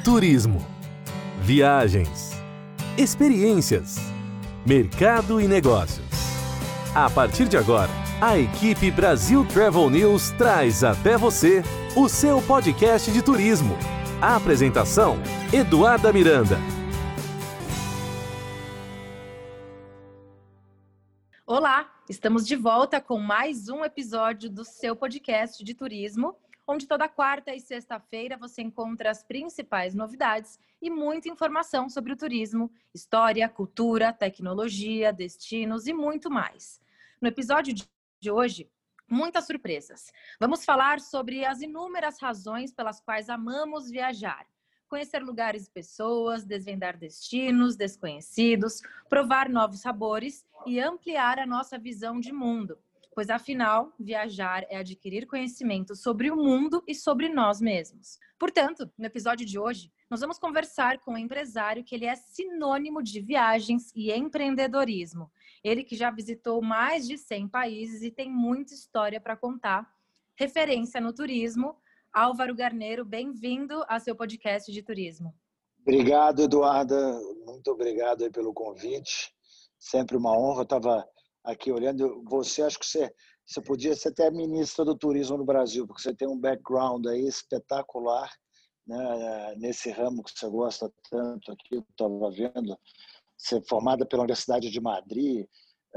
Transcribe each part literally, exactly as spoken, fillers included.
Turismo, viagens, experiências, mercado e negócios. A partir de agora, a equipe Brasil Travel News traz até você o seu podcast de turismo. A apresentação, Eduarda Miranda. Olá, estamos de volta com mais um episódio do seu podcast de turismo, onde toda quarta e sexta-feira você encontra as principais novidades e muita informação sobre o turismo, história, cultura, tecnologia, destinos e muito mais. No episódio de hoje, muitas surpresas. Vamos falar sobre as inúmeras razões pelas quais amamos viajar. Conhecer lugares e pessoas, desvendar destinos desconhecidos, provar novos sabores e ampliar a nossa visão de mundo. Pois, afinal, viajar é adquirir conhecimento sobre o mundo e sobre nós mesmos. Portanto, no episódio de hoje, nós vamos conversar com um empresário que ele é sinônimo de viagens e empreendedorismo. Ele que já visitou mais de cem países e tem muita história para contar. Referência no turismo, Álvaro Garneiro, bem-vindo ao seu podcast de turismo. Obrigado, Eduarda. Muito obrigado aí pelo convite. Sempre uma honra. Eu estava aqui olhando. Você, acho que você, você podia ser até ministra do turismo no Brasil, porque você tem um background aí espetacular, né, nesse ramo que você gosta tanto aqui. Eu estava vendo. Você é formada pela Universidade de Madrid,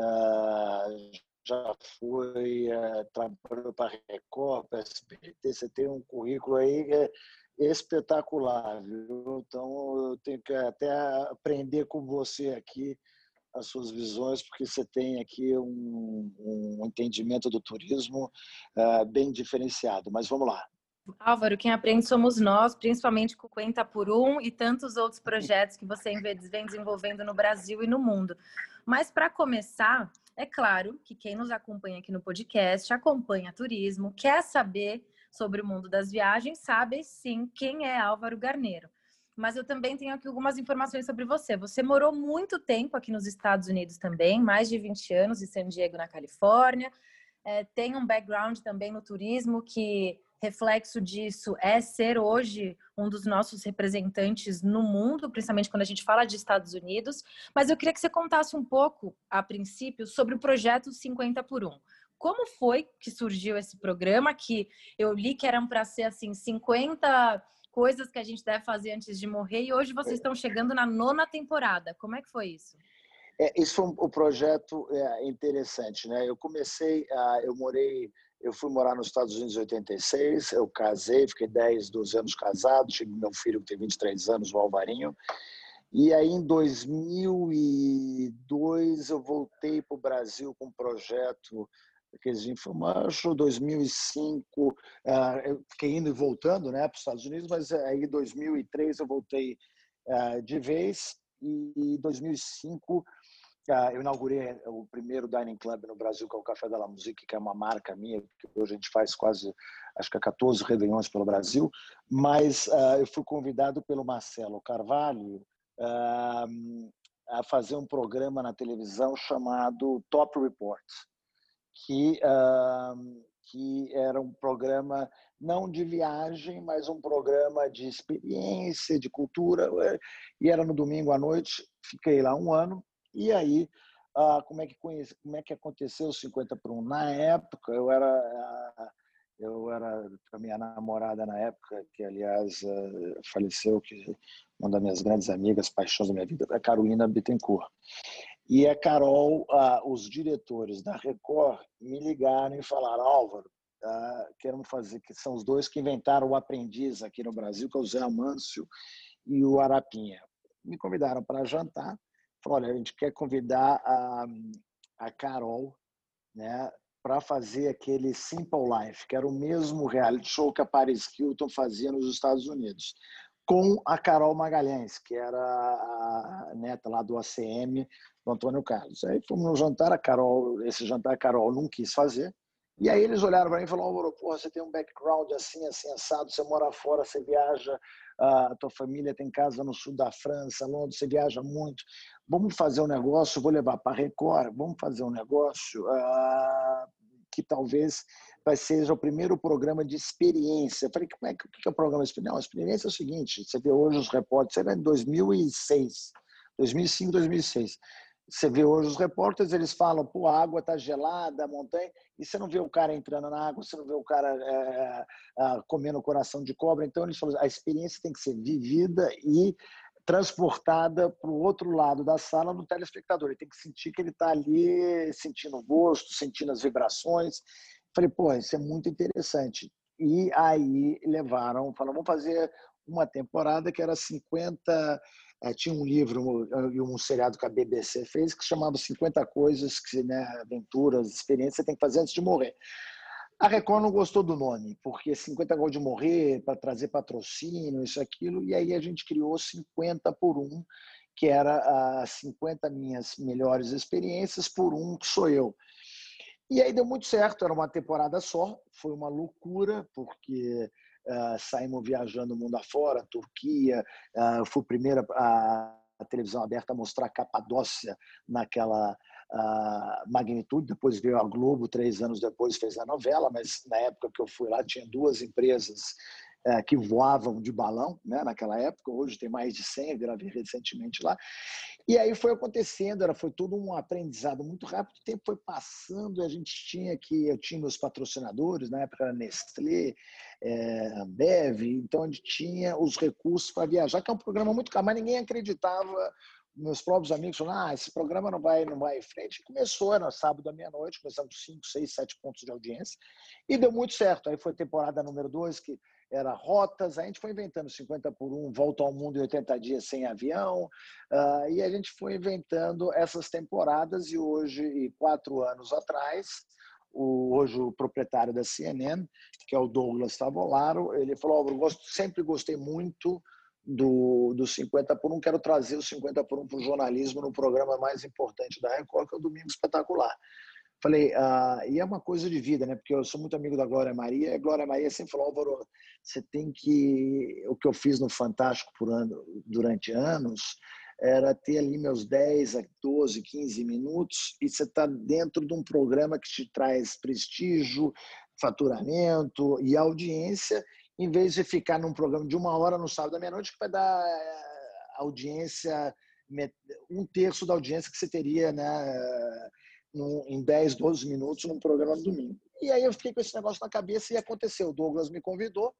uh, já foi, uh, trabalhou para a Record, para a S B T, você tem um currículo aí que é espetacular, viu? Então, eu tenho que até aprender com você aqui as suas visões, porque você tem aqui um, um entendimento do turismo uh, bem diferenciado. Mas vamos lá. Álvaro, quem aprende somos nós, principalmente com o Cinquenta por um e tantos outros projetos que você vem desenvolvendo no Brasil e no mundo. Mas, para começar, é claro que quem nos acompanha aqui no podcast acompanha turismo, quer saber sobre o mundo das viagens, sabe sim quem é Álvaro Garneiro. Mas eu também tenho aqui algumas informações sobre você. Você morou muito tempo aqui nos Estados Unidos também, mais de vinte anos em San Diego, na Califórnia. É, tem um background também no turismo que reflexo disso é ser hoje um dos nossos representantes no mundo, principalmente quando a gente fala de Estados Unidos. Mas eu queria que você contasse um pouco, a princípio, sobre o projeto Cinquenta por um. Como foi que surgiu esse programa, que eu li que eram para ser assim, cinquenta coisas que a gente deve fazer antes de morrer, e hoje vocês estão chegando na nona temporada. Como é que foi isso? É, isso foi um, um projeto é, interessante, né? Eu comecei, uh, eu morei, eu fui morar nos Estados Unidos em oitenta e seis, eu casei, fiquei dez, doze anos casado, tive meu filho que tem vinte e três anos, o Alvarinho, e aí em dois mil e dois eu voltei para o Brasil com um projeto, aqueles infomarcho, dois mil e cinco, uh, eu fiquei indo e voltando, né, para os Estados Unidos, mas aí em dois mil e três eu voltei uh, de vez, e em dois mil e cinco eu inaugurei o primeiro Dining Club no Brasil, que é o Café da La Musique, que é uma marca minha, que hoje a gente faz quase, acho que há quatorze réveillons pelo Brasil, mas uh, eu fui convidado pelo Marcelo Carvalho uh, a fazer um programa na televisão chamado Top Report, que, uh, que era um programa não de viagem, mas um programa de experiência, de cultura, e era no domingo à noite, fiquei lá um ano. E aí, uh, como, é que conheci, como é que aconteceu o Cinquenta por um? Na época, eu era, uh, eu era com a minha namorada na época, que aliás uh, faleceu, que uma das minhas grandes amigas, paixões da minha vida, a Carolina Bittencourt. E a Carol, uh, os diretores da Record me ligaram e falaram: Álvaro, uh, queremos fazer, que são os dois que inventaram o Aprendiz aqui no Brasil, que é o Zé Amâncio e o Arapinha. Me convidaram para jantar. Olha, a gente quer convidar a, a Carol, né, para fazer aquele Simple Life, que era o mesmo reality show que a Paris Hilton fazia nos Estados Unidos, com a Carol Magalhães, que era a neta lá do A C M, do Antônio Carlos. Aí fomos no jantar, a Carol, esse jantar a Carol não quis fazer, e aí eles olharam para mim e falaram: oh, você tem um background assim, assim, assado, você mora fora, você viaja, a tua família tem casa no sul da França, Londres, você viaja muito, vamos fazer um negócio, vou levar para a Record, vamos fazer um negócio uh, que talvez vai seja o primeiro programa de experiência. Eu falei, como é que, o que é o programa de experiência? Não, a experiência é o seguinte, você vê hoje os repórteres, você era em dois mil e seis, dois mil e cinco, dois mil e seis. Você vê hoje os repórteres, eles falam, pô, a água está gelada, a montanha, e você não vê o cara entrando na água, você não vê o cara é, é, comendo coração de cobra. Então, eles falam, a experiência tem que ser vivida e transportada para o outro lado da sala no telespectador. Ele tem que sentir que ele está ali, sentindo o gosto, sentindo as vibrações. Falei, pô, isso é muito interessante. E aí levaram, falaram, vamos fazer uma temporada que era cinquenta... Tinha um livro e um seriado que a B B C fez que chamava cinquenta coisas, que, né, aventuras, experiências que você tem que fazer antes de morrer. A Record não gostou do nome, porque cinquenta gols de morrer, para trazer patrocínio, isso, aquilo, e aí a gente criou cinquenta por um, que era as cinquenta minhas melhores experiências por um, que sou eu. E aí deu muito certo, era uma temporada só, foi uma loucura, porque uh, saímos viajando o mundo afora, Turquia, uh, fui a primeira a, a televisão aberta a mostrar a Capadócia naquela uh, magnitude, depois veio a Globo, três anos depois fez a novela, mas na época que eu fui lá tinha duas empresas uh, que voavam de balão, né, naquela época, hoje tem mais de cem, eu gravei recentemente lá. E aí foi acontecendo, era, foi tudo um aprendizado muito rápido, o tempo foi passando, a gente tinha que, eu tinha meus patrocinadores, na época era Nestlé, é, Ambev, então a gente tinha os recursos para viajar, que é um programa muito caro, mas ninguém acreditava, meus próprios amigos falaram, ah, esse programa não vai, não vai em frente, e começou, era sábado à meia-noite, começamos com cinco, seis, sete pontos de audiência, e deu muito certo, aí foi a temporada número dois, que era rotas, a gente foi inventando cinquenta por um, volta ao mundo em oitenta dias sem avião, uh, e a gente foi inventando essas temporadas, e hoje, e quatro anos atrás, o, hoje o proprietário da C N N, que é o Douglas Tavolaro, ele falou, oh, eu gosto, sempre gostei muito do, do cinquenta por um, quero trazer o cinquenta por um para o jornalismo no programa mais importante da Record, que é o Domingo Espetacular. Falei, ah, e é uma coisa de vida, né? Porque eu sou muito amigo da Glória Maria, e a Glória Maria sempre falou, Álvaro, você tem que... O que eu fiz no Fantástico por ano, durante anos era ter ali meus dez, doze, quinze minutos e você está dentro de um programa que te traz prestígio, faturamento e audiência, em vez de ficar num programa de uma hora no sábado à meia-noite que vai dar audiência, um terço da audiência que você teria, né, em dez, doze minutos num programa no domingo. E aí eu fiquei com esse negócio na cabeça e aconteceu. O Douglas me convidou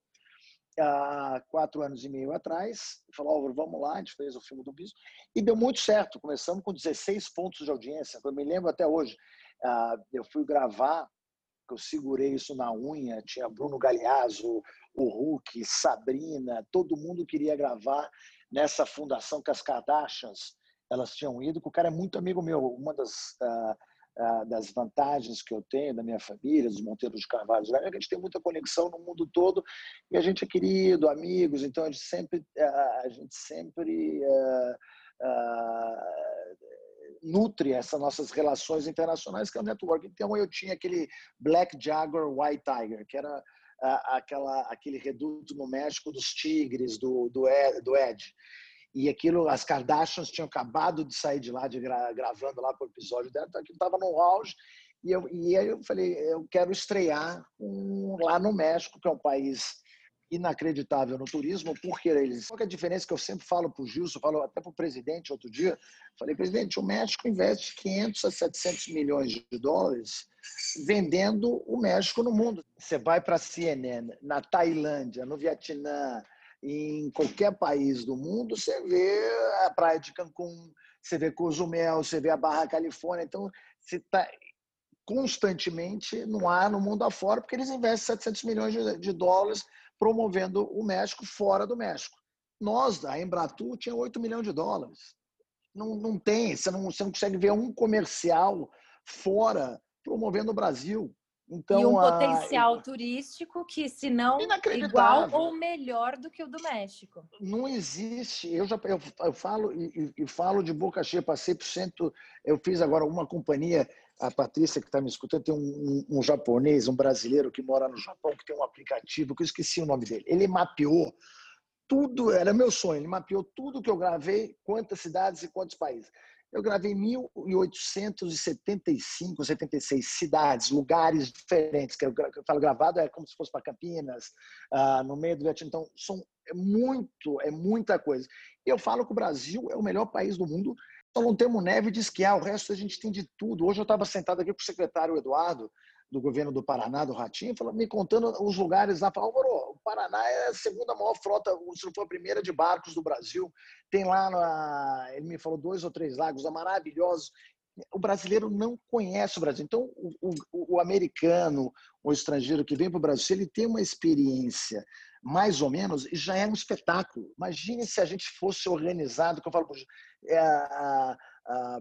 há quatro anos e meio atrás, falou, Álvaro, vamos lá, a gente fez o filme do Bispo, e deu muito certo. Começamos com dezesseis pontos de audiência, eu me lembro até hoje. Eu fui gravar, eu segurei isso na unha, tinha Bruno Galhaço, o Hulk, Sabrina, todo mundo queria gravar nessa fundação que as Kardashians elas tinham ido, que o cara é muito amigo meu. Uma das, uh, uh, das vantagens que eu tenho da minha família, dos Monteiros de Carvalho, é que a gente tem muita conexão no mundo todo e a gente é querido, amigos, então a gente sempre, uh, a gente sempre uh, uh, nutre essas nossas relações internacionais, que é o network. Então eu tinha aquele Black Jaguar, White Tiger, que era uh, aquela, aquele reduto no México dos tigres, do, do, Ed, do Ed. E aquilo, as Kardashians tinham acabado de sair de lá, de gra, gravando lá para o episódio dela, então aquilo estava no auge. E, eu, e aí eu falei, eu quero estrear um, lá no México, que é um país inacreditável no turismo, porque eles... Qual é a diferença que eu sempre falo para o Gilson, falo até para o presidente outro dia, falei, presidente, o México investe quinhentos a setecentos milhões de dólares vendendo o México no mundo. Você vai para a C N N, na Tailândia, no Vietnã, em qualquer país do mundo, você vê a praia de Cancún, você vê Cozumel, você vê a Barra Califórnia, então você está constantemente no ar, no mundo afora, porque eles investem setecentos milhões de, de dólares promovendo o México fora do México. Nós, a Embratur, tinha oito milhões de dólares. Não, não tem, você não, você não consegue ver um comercial fora promovendo o Brasil. Então, e um a... potencial turístico que, se não igual ou melhor do que o do México. Não existe. Eu já eu, eu falo e, e falo de boca cheia, passei por cento. Eu fiz agora uma companhia, a Patrícia que está me escutando, tem um, um, um japonês, um brasileiro que mora no Japão, que tem um aplicativo, que eu esqueci o nome dele. Ele mapeou tudo, era meu sonho, ele mapeou tudo que eu gravei, quantas cidades e quantos países. Eu gravei mil oitocentos e setenta e cinco, setenta e seis cidades, lugares diferentes. Que eu, eu falo gravado é como se fosse para Campinas, uh, no meio do Vietnã. Então, são, é muito, é muita coisa. Eu falo que o Brasil é o melhor país do mundo. Só não temos neve de esquiar, o resto a gente tem de tudo. Hoje eu estava sentado aqui com o secretário Eduardo, do governo do Paraná, do Ratinho, falando, me contando os lugares lá. Falou, o Paraná é a segunda maior frota, se não for a primeira, de barcos do Brasil. Tem lá, na, ele me falou, dois ou três lagos maravilhosos. O brasileiro não conhece o Brasil. Então, o, o, o americano, o estrangeiro que vem para o Brasil, se ele tem uma experiência mais ou menos, já é um espetáculo. Imagine se a gente fosse organizado, que eu falo, é, a, a,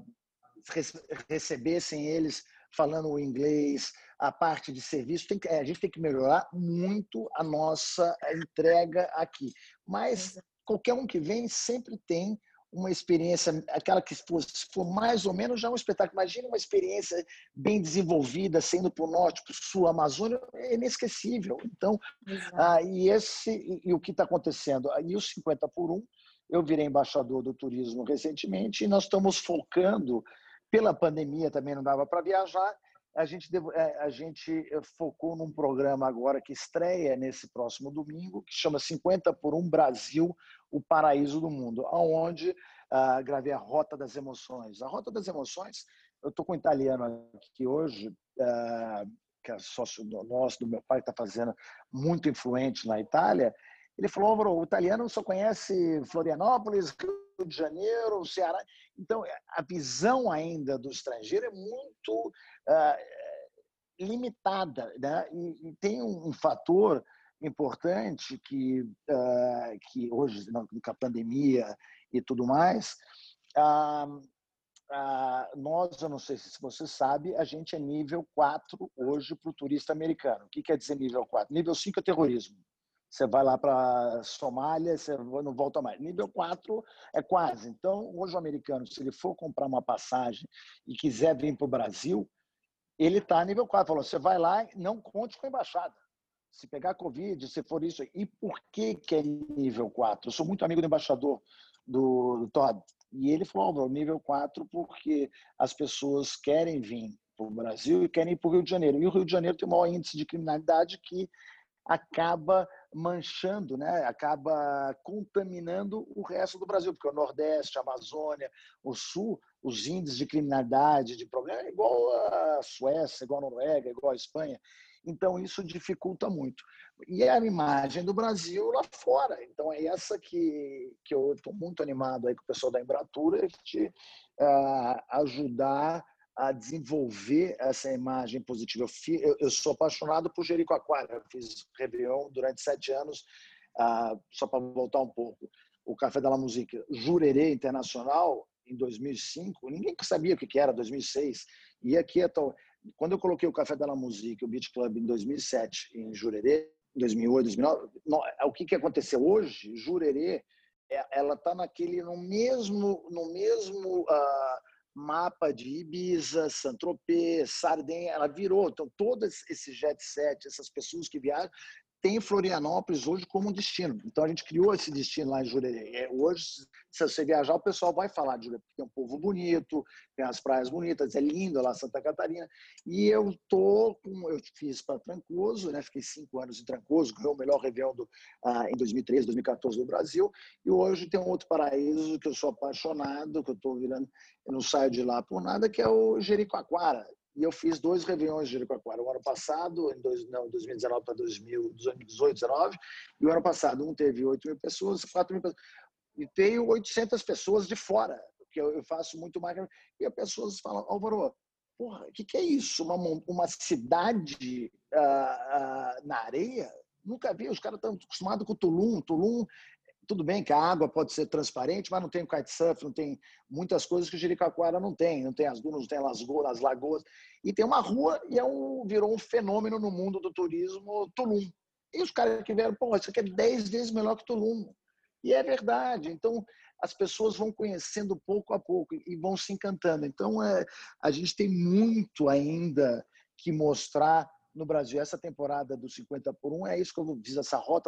recebessem eles falando o inglês, a parte de serviço, tem que, a gente tem que melhorar muito a nossa entrega aqui. Mas qualquer um que vem sempre tem uma experiência, aquela que for, se for mais ou menos já é um espetáculo. Imagina uma experiência bem desenvolvida, sendo para o norte, para o sul, a Amazônia, é inesquecível. Então, ah, e, esse, e, e o que está acontecendo? E os cinquenta por um, eu virei embaixador do turismo recentemente e nós estamos focando, pela pandemia também não dava para viajar, a gente, a gente focou num programa agora que estreia nesse próximo domingo, que chama cinquenta por um Brasil, o Paraíso do Mundo, onde uh, gravei a Rota das Emoções. A Rota das Emoções, eu estou com um italiano aqui hoje, uh, que é sócio nosso, do meu pai, está fazendo, muito influente na Itália. Ele falou, oh, o italiano só conhece Florianópolis, Rio de Janeiro, Ceará. Então, a visão ainda do estrangeiro é muito uh, limitada, né? E, e tem um, um fator importante que, uh, que hoje, com a pandemia e tudo mais, uh, uh, nós, eu não sei se você sabe, a gente é nível quatro hoje para o turista americano. O que quer dizer nível quatro? Nível cinco é terrorismo. Você vai lá para a Somália, você não volta mais. Nível quatro é quase. Então, hoje o americano, se ele for comprar uma passagem e quiser vir para o Brasil, ele está nível quatro. Falou, você vai lá e não conte com a embaixada. Se pegar Covid, se for isso. E por que, que é nível quatro? Eu sou muito amigo do embaixador do, do Todd. E ele falou, oh, nível quatro porque as pessoas querem vir para o Brasil e querem ir para o Rio de Janeiro. E o Rio de Janeiro tem o maior índice de criminalidade que acaba manchando, né? Acaba contaminando o resto do Brasil, porque o Nordeste, a Amazônia, o Sul, os índices de criminalidade, de problema, é igual a Suécia, igual a Noruega, igual a Espanha. Então, isso dificulta muito. E é a imagem do Brasil lá fora. Então, é essa que, que eu estou muito animado aí com o pessoal da Embratur, de uh, ajudar a desenvolver essa imagem positiva. Eu, eu sou apaixonado por Jericoacoara. Eu fiz Réveillon durante sete anos, uh, só para voltar um pouco. O Café da La Musique, Jurerê Internacional, em dois mil e cinco, ninguém sabia o que era, dois mil e seis. E aqui, então, quando eu coloquei o Café da La Musique, o Beach Club, em dois mil e sete, em Jurerê, dois mil e oito, dois mil e nove, não, o que, que aconteceu hoje? Jurerê, ela está naquele, no mesmo, no mesmo uh, mapa de Ibiza, Saint-Tropez, Sardenha, ela virou. Então, todo esse jet set, essas pessoas que viajam, tem Florianópolis hoje como um destino. Então, a gente criou esse destino lá em Jurerê. Hoje, se você viajar, o pessoal vai falar de Jurerê, porque tem um povo bonito, tem as praias bonitas, é lindo lá Santa Catarina. E eu tô com, eu fiz para Trancoso, né? Fiquei cinco anos em Trancoso, ganhei o melhor Réveillon do, ah, em dois mil e treze, dois mil e quatorze do Brasil. E hoje tem um outro paraíso que eu sou apaixonado, que eu estou virando, eu não saio de lá por nada, que é o Jericoacoara. E eu fiz dois Réveillões de Jericoacoara. O ano passado, em dois, não, dois mil e dezenove para dois mil e dezoito, dois mil e dezenove, e o ano passado um teve oito mil pessoas, quatro mil pessoas. E tenho oitocentas pessoas de fora, porque eu, eu faço muito mais. E as pessoas falam, Álvaro, porra, o que, que é isso? Uma, uma cidade uh, uh, na areia? Nunca vi, os caras estão acostumados com Tulum. Tulum, tudo bem que a água pode ser transparente, mas não tem o kitesurf, não tem muitas coisas que o Jericoacoara não tem. Não tem as dunas, não tem as lagoas, as lagoas. E tem uma rua e é um, virou um fenômeno no mundo do turismo, Tulum. E os caras que vieram, pô, isso aqui é dez vezes melhor que Tulum. E é verdade. Então, as pessoas vão conhecendo pouco a pouco e vão se encantando. Então, é, a gente tem muito ainda que mostrar no Brasil. Essa temporada do cinquenta por um é isso que eu fiz, essa rota.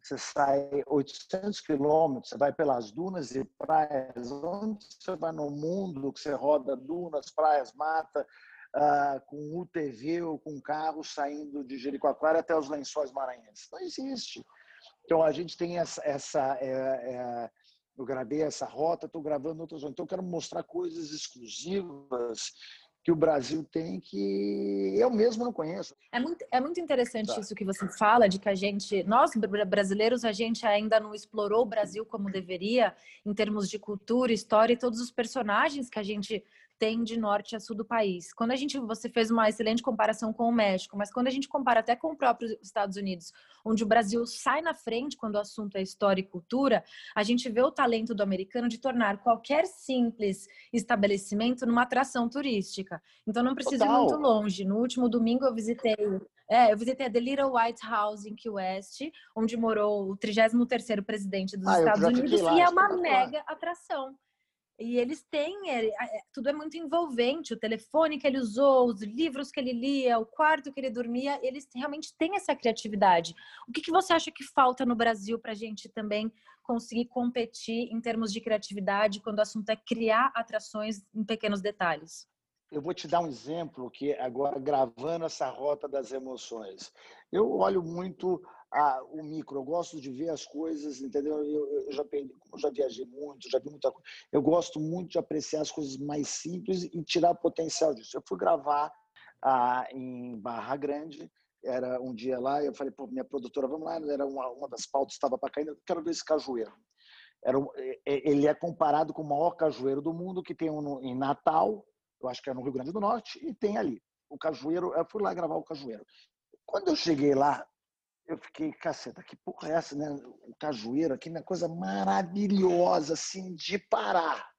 Você sai oitocentos quilômetros, você vai pelas dunas e praias. Onde você vai no mundo que você roda dunas, praias, mata, uh, com U T V ou com carro saindo de Jericoacoara até os Lençóis Maranhenses? Não existe. Então, a gente tem essa... essa é, é, eu gravei essa rota, estou gravando outras. Então, eu quero mostrar coisas exclusivas que o Brasil tem que eu mesmo não conheço. É muito, é muito interessante Tá. isso que você fala, de que a gente, nós brasileiros, a gente ainda não explorou o Brasil como deveria, em termos de cultura, história e todos os personagens que a gente tem de norte a sul do país. Quando a gente, você fez uma excelente comparação com o México, mas quando a gente compara até com o próprio Estados Unidos, onde o Brasil sai na frente quando o assunto é história e cultura, a gente vê o talento do americano de tornar qualquer simples estabelecimento numa atração turística. Então não precisa ir muito longe. No último domingo eu visitei, é, eu visitei a The Little White House em Key West, onde morou o trigésimo terceiro presidente dos ah, Estados Unidos, lá, e é uma mega atração. E eles têm, é, é, tudo é muito envolvente, o telefone que ele usou, os livros que ele lia, o quarto que ele dormia, eles realmente têm essa criatividade. O que, que você acha que falta no Brasil para a gente também conseguir competir em termos de criatividade quando o assunto é criar atrações em pequenos detalhes? Eu vou te dar um exemplo que agora, gravando essa rota das emoções, eu olho muito a, o micro, eu gosto de ver as coisas, entendeu? Eu, eu, já, eu já viajei muito, já vi muita coisa. Eu gosto muito de apreciar as coisas mais simples e tirar o potencial disso. Eu fui gravar ah, em Barra Grande, era um dia lá, eu falei, pô, minha produtora, vamos lá, era uma, uma das pautas que estava para cair, eu quero ver esse cajueiro. Era, ele é comparado com o maior cajueiro do mundo, que tem um em Natal, eu acho que é no Rio Grande do Norte, e tem ali o cajueiro. Eu fui lá gravar o cajueiro. Quando eu cheguei lá, eu fiquei, caceta, que porra é essa, né? O cajueiro aqui, uma coisa maravilhosa, assim, de parar.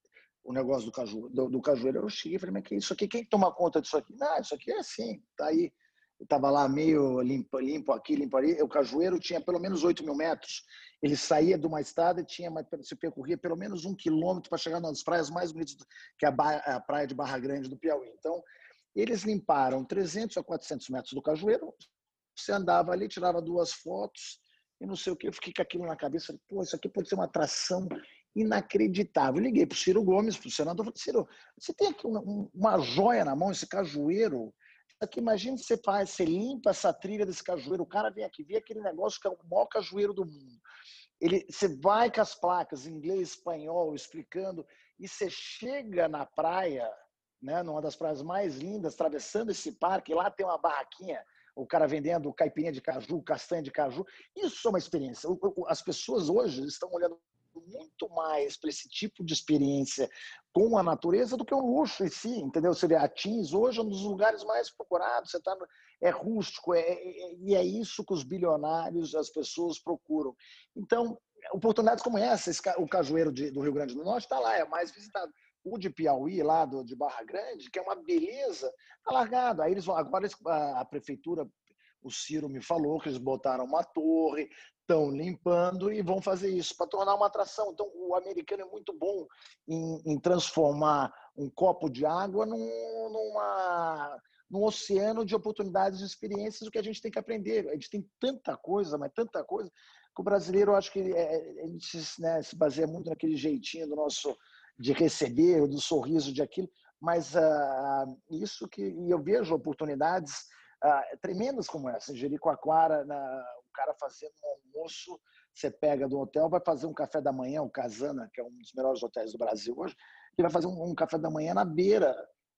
O negócio do, caju, do, do cajueiro. Eu cheguei e falei, mas que é isso aqui? Quem toma conta disso aqui? Não, isso aqui é assim, tá aí. Eu estava lá meio limpo, limpo aqui, limpo ali. O cajueiro tinha pelo menos oito mil metros. Ele saía de uma estrada e tinha, se percorria pelo menos um quilômetro para chegar nas praias mais bonitas, que é a, a praia de Barra Grande do Piauí. Então, eles limparam trezentos a quatrocentos metros do cajueiro. Você andava ali, tirava duas fotos e não sei o que. Eu fiquei com aquilo na cabeça. Falei, pô, isso aqui pode ser uma atração inacreditável. Eu liguei para o Ciro Gomes, para o senador, falei, Ciro, você tem aqui uma, uma joia na mão, esse cajueiro. Aqui, imagina você faz, você limpa essa trilha desse cajueiro, o cara vem aqui, vê aquele negócio que é o maior cajueiro do mundo. Ele, você vai com as placas em inglês, espanhol, explicando, e você chega na praia, né, numa das praias mais lindas, atravessando esse parque, lá tem uma barraquinha, o cara vendendo caipirinha de caju, castanha de caju. Isso é uma experiência. As pessoas hoje estão olhando muito mais para esse tipo de experiência com a natureza do que um luxo em si, entendeu? Você vê a Teams hoje é um dos lugares mais procurados, você tá no, é rústico, é, é, e é isso que os bilionários, as pessoas procuram. Então, oportunidades como essa, esse, o cajueiro de, do Rio Grande do Norte está lá, é mais visitado. O de Piauí, lá do, de Barra Grande, que é uma beleza, está largado. Aí eles vão, agora a, a prefeitura, o Ciro me falou que eles botaram uma torre, estão limpando e vão fazer isso para tornar uma atração. Então, o americano é muito bom em, em transformar um copo de água num, numa, num oceano de oportunidades, de experiências, o que a gente tem que aprender. A gente tem tanta coisa, mas tanta coisa, que o brasileiro, eu acho que é, a gente né, se baseia muito naquele jeitinho do nosso, de receber, do sorriso, de aquilo, mas uh, isso que e eu vejo oportunidades uh, tremendas como essa. Em Jericoacoara, na, o cara fazendo um almoço, você pega do hotel, vai fazer um café da manhã, o Casana, que é um dos melhores hotéis do Brasil hoje, ele vai fazer um, um café da manhã na beira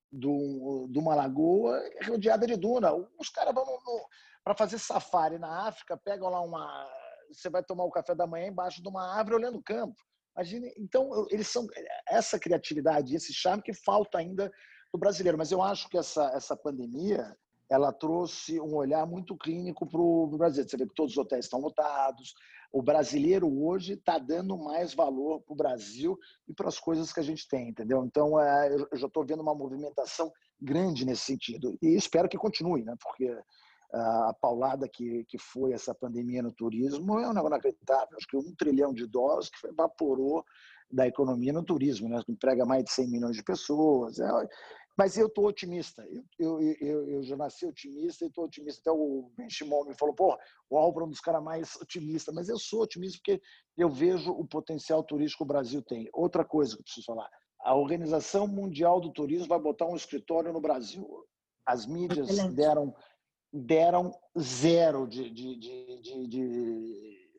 do, de uma lagoa rodeada de duna. Os caras vão para fazer safari na África, pegam lá uma... Você vai tomar o café da manhã embaixo de uma árvore olhando o campo. Imagine, então, eles são essa criatividade, esse charme que falta ainda do brasileiro. Mas eu acho que essa, essa pandemia, ela trouxe um olhar muito clínico para o Brasil. Você vê que todos os hotéis estão lotados. O brasileiro hoje está dando mais valor para o Brasil e para as coisas que a gente tem, entendeu? Então, é, eu já estou vendo uma movimentação grande nesse sentido. E espero que continue, né? Porque a paulada que, que foi essa pandemia no turismo é um negócio inacreditável. Acho que um trilhão de dólares que evaporou da economia no turismo, né? Que emprega mais de cem milhões de pessoas. É, Mas eu estou otimista. Eu, eu, eu, eu já nasci otimista e estou otimista. Até o Ben Shimon me falou, pô, o Álvaro é um dos caras mais otimistas. Mas eu sou otimista porque eu vejo o potencial turístico que o Brasil tem. Outra coisa que eu preciso falar. A Organização Mundial do Turismo vai botar um escritório no Brasil. As mídias Excelente. deram, deram zero de, de, de, de, de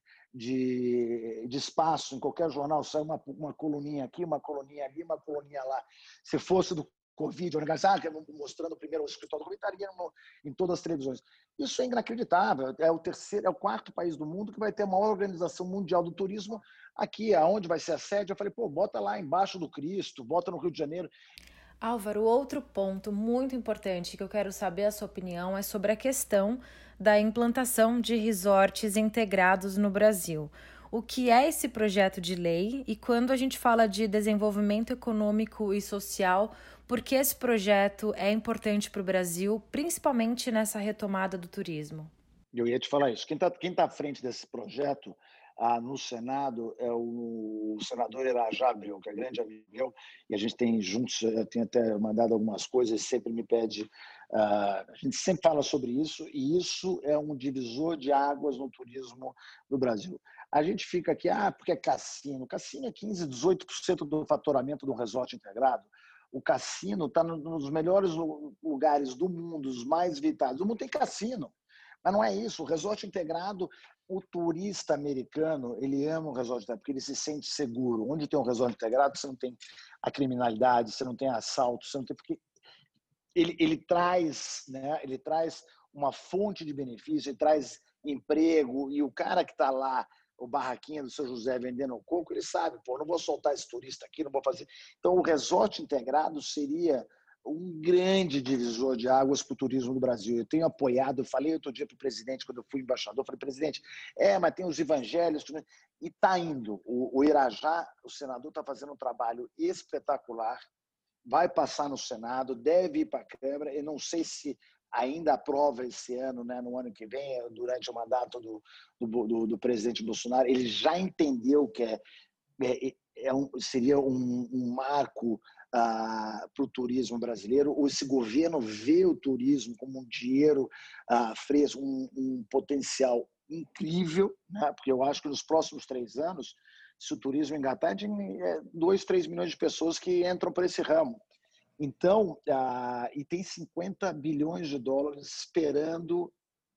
De, de espaço em qualquer jornal, sai uma, uma coluninha aqui, uma coluninha ali, uma coluninha lá. Se fosse do Covid, organizado, mostrando primeiro o escritório do Covid, estaria em todas as televisões. Isso é inacreditável. É o terceiro, é o quarto país do mundo que vai ter a maior organização mundial do turismo aqui, aonde vai ser a sede. Eu falei, pô, bota lá embaixo do Cristo, bota no Rio de Janeiro. Álvaro, outro ponto muito importante que eu quero saber a sua opinião é sobre a questão da implantação de resorts integrados no Brasil. O que é esse projeto de lei e quando a gente fala de desenvolvimento econômico e social, por que esse projeto é importante para o Brasil, principalmente nessa retomada do turismo? Eu ia te falar isso. Quem está quem tá à frente desse projeto ah, no Senado é o, o senador Irajá Abreu, que é grande amigo meu, e a gente tem juntos, eu tenho até mandado algumas coisas, sempre me pede, ah, a gente sempre fala sobre isso, e isso é um divisor de águas no turismo do Brasil. A gente fica aqui, ah, porque é cassino. Cassino é quinze, dezoito por cento do faturamento do resort integrado. O cassino está nos melhores lugares do mundo, os mais visitados. O mundo tem cassino. Mas não é isso. O resort integrado, o turista americano, ele ama o resort integrado porque ele se sente seguro. Onde tem um resort integrado, você não tem a criminalidade, você não tem assalto, você não tem... Porque ele, ele traz, né? Ele traz uma fonte de benefício, ele traz emprego, e o cara que está lá, o barraquinha do seu José vendendo o coco, ele sabe, pô, não vou soltar esse turista aqui, não vou fazer... Então, o resort integrado seria um grande divisor de águas para o turismo do Brasil. Eu tenho apoiado, eu falei outro dia para o presidente, quando eu fui embaixador, eu falei, presidente, é, mas tem os evangelhos, e está indo. O, o Irajá, o senador, está fazendo um trabalho espetacular, vai passar no Senado, deve ir para a Câmara, eu não sei se ainda aprova esse ano, né, no ano que vem, durante o mandato do, do, do, do presidente Bolsonaro. Ele já entendeu que é, é, é um, seria um, um marco ah, para o turismo brasileiro. Esse governo vê o turismo como um dinheiro ah, fresco, um, um potencial incrível, né, porque eu acho que nos próximos três anos, se o turismo engatar, tem dois, três milhões de pessoas que entram para esse ramo. Então, ah, e tem cinquenta bilhões de dólares esperando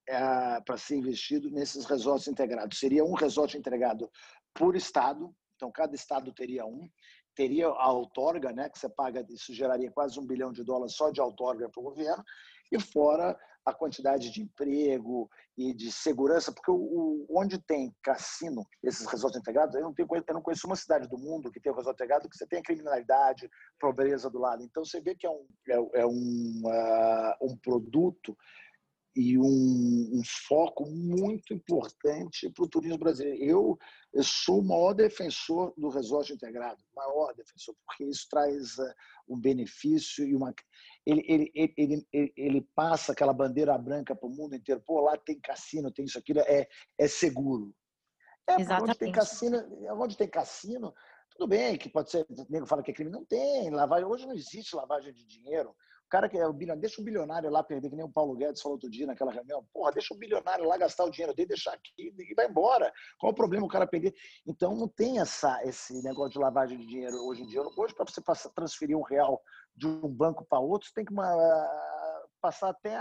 ah, para ser investido nesses resorts integrados. Seria um resort integrado por estado, então cada estado teria um, teria a outorga, né, que você paga, isso geraria quase um bilhão de dólares só de outorga para o governo, e fora a quantidade de emprego e de segurança, porque o, o, onde tem cassino, esses resorts integrados, eu não, tenho, eu não conheço uma cidade do mundo que tem um resort integrado que você tem a criminalidade, pobreza do lado. Então, você vê que é um, é, é um, uh, um produto e um, um foco muito importante para o turismo brasileiro. Eu, eu sou o maior defensor do resort integrado, maior defensor, porque isso traz uh, um benefício e uma... Ele, ele, ele, ele, ele passa aquela bandeira branca para o mundo inteiro. Pô, lá tem cassino, tem isso, aquilo, é, é seguro. É, porque onde tem cassino, onde tem cassino, tudo bem que pode ser, o nego fala que é crime, não tem, lavagem, hoje não existe lavagem de dinheiro. O cara que é o bilionário, deixa o bilionário lá perder, que nem o Paulo Guedes falou outro dia naquela reunião, porra, deixa o bilionário lá gastar o dinheiro dele, deixar aqui e vai embora. Qual o problema o cara perder? Então não tem essa, esse negócio de lavagem de dinheiro hoje em dia. Hoje, para você passar, transferir um real de um banco para outro, você tem que uma, passar até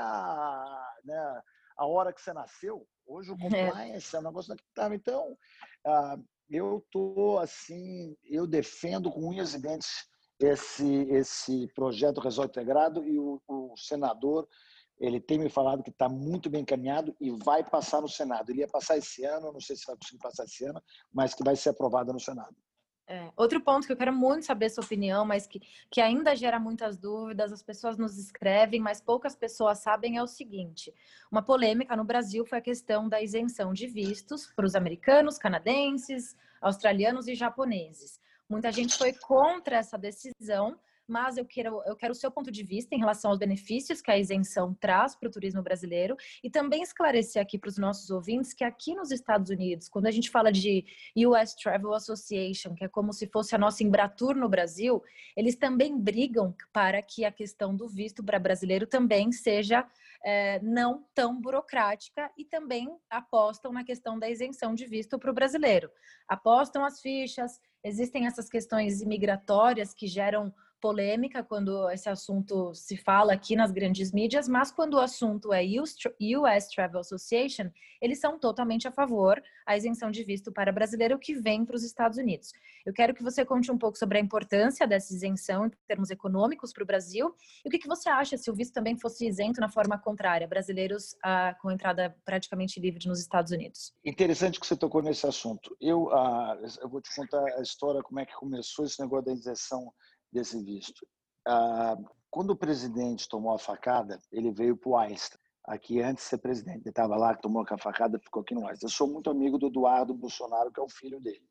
a, né, a hora que você nasceu. Hoje o compliance é, é um negócio inacreditável. Então, uh, eu tô assim, eu defendo com unhas e dentes esse esse projeto Resort Integrado, e o, o senador, ele tem me falado que está muito bem encaminhado e vai passar no Senado. Ele ia passar esse ano, não sei se vai conseguir passar esse ano, mas que vai ser aprovado no Senado. É. Outro ponto que eu quero muito saber a sua opinião, mas que, que ainda gera muitas dúvidas, as pessoas nos escrevem, mas poucas pessoas sabem, é o seguinte: uma polêmica no Brasil foi a questão da isenção de vistos para os americanos, canadenses, australianos e japoneses. Muita gente foi contra essa decisão, mas eu quero, eu quero o seu ponto de vista em relação aos benefícios que a isenção traz para o turismo brasileiro e também esclarecer aqui para os nossos ouvintes que aqui nos Estados Unidos, quando a gente fala de U S Travel Association, que é como se fosse a nossa Embratur no Brasil, eles também brigam para que a questão do visto para brasileiro também seja é, não tão burocrática e também apostam na questão da isenção de visto para o brasileiro. Apostam as fichas, existem essas questões imigratórias que geram polêmica quando esse assunto se fala aqui nas grandes mídias, mas quando o assunto é U S Travel Association, eles são totalmente a favor da isenção de visto para brasileiro que vem para os Estados Unidos. Eu quero que você conte um pouco sobre a importância dessa isenção em termos econômicos para o Brasil e o que, que você acha se o visto também fosse isento na forma contrária, brasileiros ah, com entrada praticamente livre nos Estados Unidos. Interessante que você tocou nesse assunto. Eu, ah, eu vou te contar a história, como é que começou esse negócio da isenção desse visto. Ah, quando o presidente tomou a facada, ele veio para o Einstein, aqui antes de ser presidente. Ele estava lá, tomou a facada, ficou aqui no Einstein. Eu sou muito amigo do Eduardo Bolsonaro, que é o filho dele.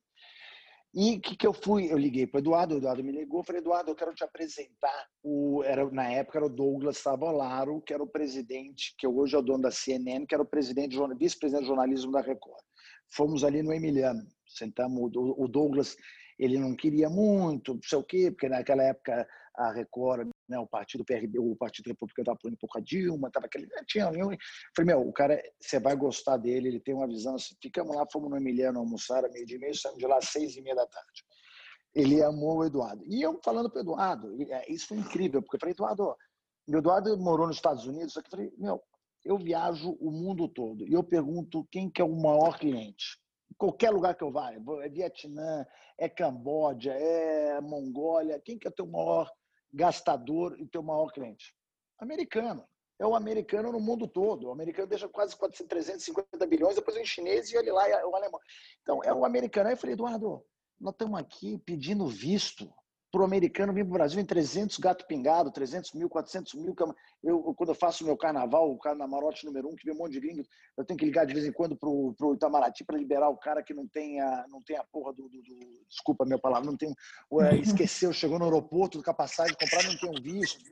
E o que, que eu fui? Eu liguei para o Eduardo, o Eduardo me ligou, falei, Eduardo, eu quero te apresentar. O, era, na época era o Douglas Favolaro, que era o presidente, que hoje é o dono da C N N, que era o presidente, vice-presidente de jornalismo da Record. Fomos ali no Emiliano, sentamos, o, o Douglas, ele não queria muito, não sei o quê, porque naquela época a Record, né, o partido P R B, o Partido Republicano estava apoiando um pouco a Dilma, estava aquele... Tinha, eu falei, meu, o cara, você vai gostar dele, ele tem uma visão assim. Ficamos lá, fomos no Emiliano almoçar, meio dia e meio, saímos de lá às seis e meia da tarde. Ele amou o Eduardo. E eu falando para o Eduardo, isso foi incrível, porque eu falei, Eduardo, o Eduardo morou nos Estados Unidos, só que eu falei, meu, eu viajo o mundo todo e eu pergunto quem que é o maior cliente. Qualquer lugar que eu vá, é Vietnã, é Camboja, é Mongólia, quem que é o teu maior gastador e teu maior cliente? Americano. É o americano no mundo todo. O americano deixa quase trezentos e cinquenta bilhões, depois vem o chinês e olha lá, é o alemão. Então, é o americano. Aí eu falei, Eduardo, nós estamos aqui pedindo visto para o americano vir para o Brasil em trezentos gato pingado, trezentos mil, quatrocentos mil. Eu, quando eu faço o meu carnaval, o camarote número um, que vem um monte de gringo, eu tenho que ligar de vez em quando para o Itamaraty para liberar o cara que não tem a, não tem a porra do, do, do... Desculpa a minha palavra, não tem, é, esqueceu, chegou no aeroporto com a passagem, comprar, não tem um visto.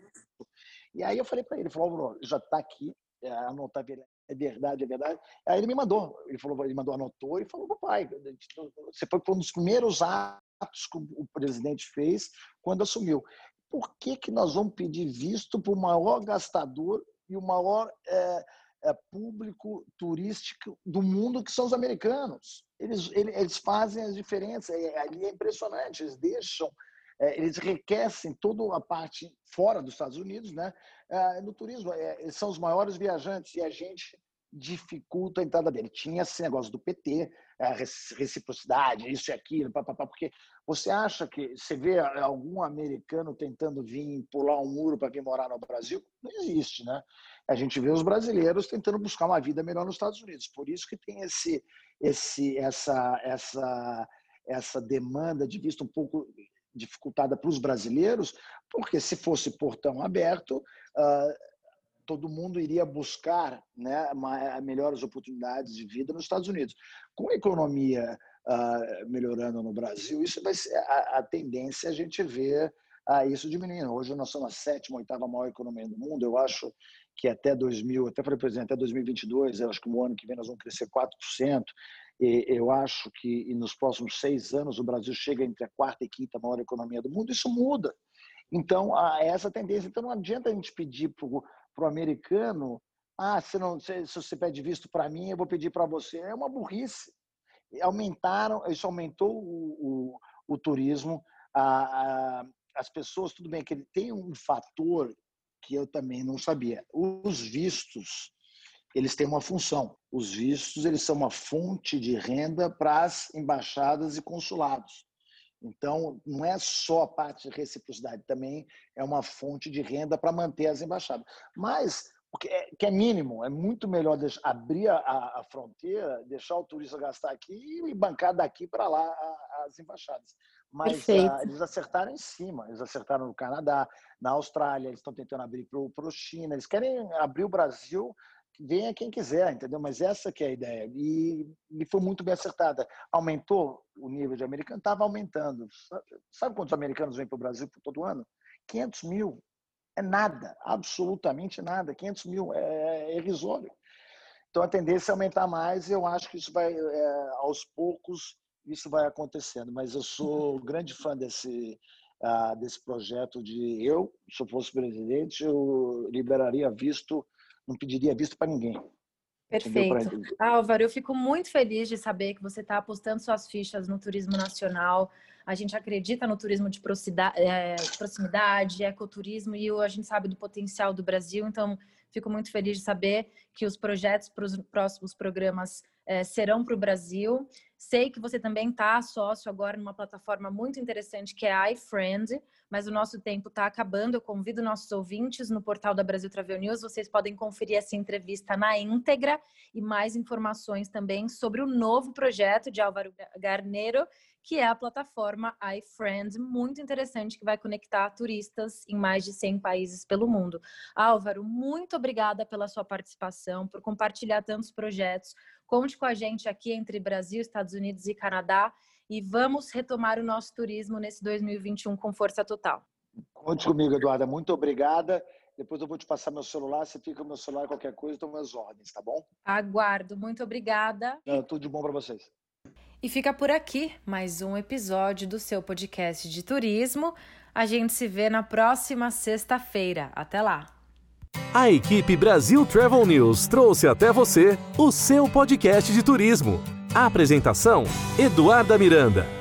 E aí eu falei para ele, ele falou, Bruno, já está aqui, é, anotar, é verdade, é verdade. Aí ele me mandou, ele falou, ele mandou, anotou e falou, papai, você foi um dos primeiros atos que o presidente fez quando assumiu. Por que que nós vamos pedir visto para o maior gastador e o maior é, é, público turístico do mundo, que são os americanos? Eles, eles, eles fazem as diferenças, é, ali é impressionante, eles deixam, é, eles enriquecem toda a parte fora dos Estados Unidos, né? É, no turismo, é, eles são os maiores viajantes e a gente dificulta a entrada dele. Tinha esse negócio do P T, a reciprocidade, isso e aquilo, papapá, porque você acha que você vê algum americano tentando vir pular um muro para vir morar no Brasil? Não existe, né? A gente vê os brasileiros tentando buscar uma vida melhor nos Estados Unidos. Por isso que tem esse, esse, essa, essa, essa demanda de visto um pouco dificultada para os brasileiros, porque se fosse portão aberto, uh, todo mundo iria buscar, né, melhores oportunidades de vida nos Estados Unidos. Com a economia uh, melhorando no Brasil, isso vai ser a, a tendência, a gente vê uh, isso diminuindo. Hoje nós somos a sétima, oitava maior economia do mundo. Eu acho que até dois mil, até falei, por exemplo, até dois mil e vinte e dois, eu acho que no ano que vem nós vamos crescer quatro por cento. E eu acho que nos próximos seis anos o Brasil chega entre a quarta e quinta maior economia do mundo. Isso muda. Então, há essa tendência. Então, não adianta a gente pedir para o americano, ah, se, não, se, se você pede visto para mim, eu vou pedir para você. É uma burrice. Aumentaram, isso aumentou o, o, o turismo. A, a, as pessoas, tudo bem, que ele tem um fator que eu também não sabia. Os vistos, eles têm uma função. Os vistos, eles são uma fonte de renda para as embaixadas e consulados. Então, não é só a parte de reciprocidade, também é uma fonte de renda para manter as embaixadas. Mas, o que é, que é mínimo, é muito melhor deixar, abrir a, a fronteira, deixar o turista gastar aqui e bancar daqui para lá a, as embaixadas. Mas a, eles acertaram em cima, eles acertaram no Canadá, na Austrália, eles estão tentando abrir para o China, eles querem abrir o Brasil, venha quem quiser, entendeu? Mas essa que é a ideia. E, e foi muito bem acertada. Aumentou o nível de americano? Estava aumentando. Sabe quantos americanos vêm para o Brasil todo ano? quinhentos mil é nada, absolutamente nada. quinhentos mil é, é irrisório. Então, a tendência é aumentar mais e eu acho que isso vai, é, aos poucos, isso vai acontecendo. Mas eu sou grande fã desse, uh, desse projeto de eu, se eu fosse presidente, eu liberaria visto, não pediria visto para ninguém. Perfeito. Álvaro, eu fico muito feliz de saber que você está apostando suas fichas no turismo nacional. A gente acredita no turismo de proximidade, ecoturismo, e a gente sabe do potencial do Brasil. Então, fico muito feliz de saber que os projetos para os próximos programas é, serão para o Brasil. Sei que você também está sócio agora numa plataforma muito interessante que é a iFriend, mas o nosso tempo está acabando. Eu convido nossos ouvintes no portal da Brasil Travel News. Vocês podem conferir essa entrevista na íntegra e mais informações também sobre o novo projeto de Álvaro Garneiro, que é a plataforma iFriend, muito interessante, que vai conectar turistas em mais de cem países pelo mundo. Álvaro, muito obrigada pela sua participação, por compartilhar tantos projetos. Conte com a gente aqui entre Brasil, Estados Unidos e Canadá e vamos retomar o nosso turismo nesse dois mil e vinte e um com força total. Conte comigo, Eduarda. Muito obrigada. Depois eu vou te passar meu celular. Se fica meu celular, qualquer coisa, eu tomo as ordens, tá bom? Aguardo. Muito obrigada. É, tudo de bom para vocês. E fica por aqui mais um episódio do seu podcast de turismo. A gente se vê na próxima sexta-feira. Até lá! A equipe Brasil Travel News trouxe até você o seu podcast de turismo. A apresentação, Eduarda Miranda.